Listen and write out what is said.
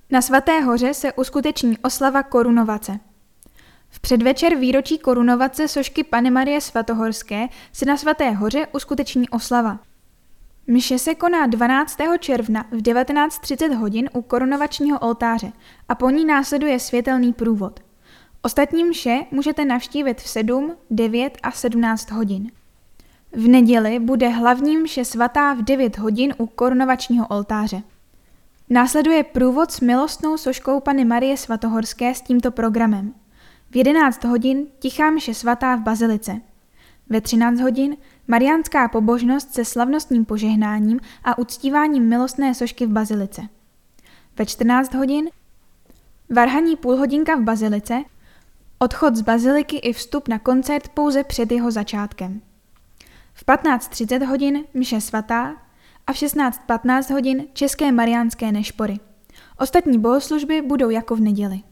Na Svaté hoře se uskuteční oslava korunovace. V předvečer výročí korunovace sošky Panny Marie Svatohorské se na Svaté hoře uskuteční oslava. Mše se koná 12. června v 19:30 hodin u korunovačního oltáře a po ní následuje světelný průvod. Ostatní mše můžete navštívit v 7, 9 a 17 hodin. V neděli bude hlavní mše svatá v 9 hodin u korunovačního oltáře. Následuje průvod s milostnou soškou Panny Marie Svatohorské s tímto programem. V 11 hodin tichá mše svatá v bazilice. Ve 13 hodin mariánská pobožnost se slavnostním požehnáním a uctíváním milostné sošky v bazilice. Ve 14 hodin varhaní půlhodinka v bazilice, odchod z baziliky i vstup na koncert pouze před jeho začátkem. V 15:30 hodin mše svatá a v 16:15 hodin české mariánské nešpory. Ostatní bohoslužby budou jako v neděli.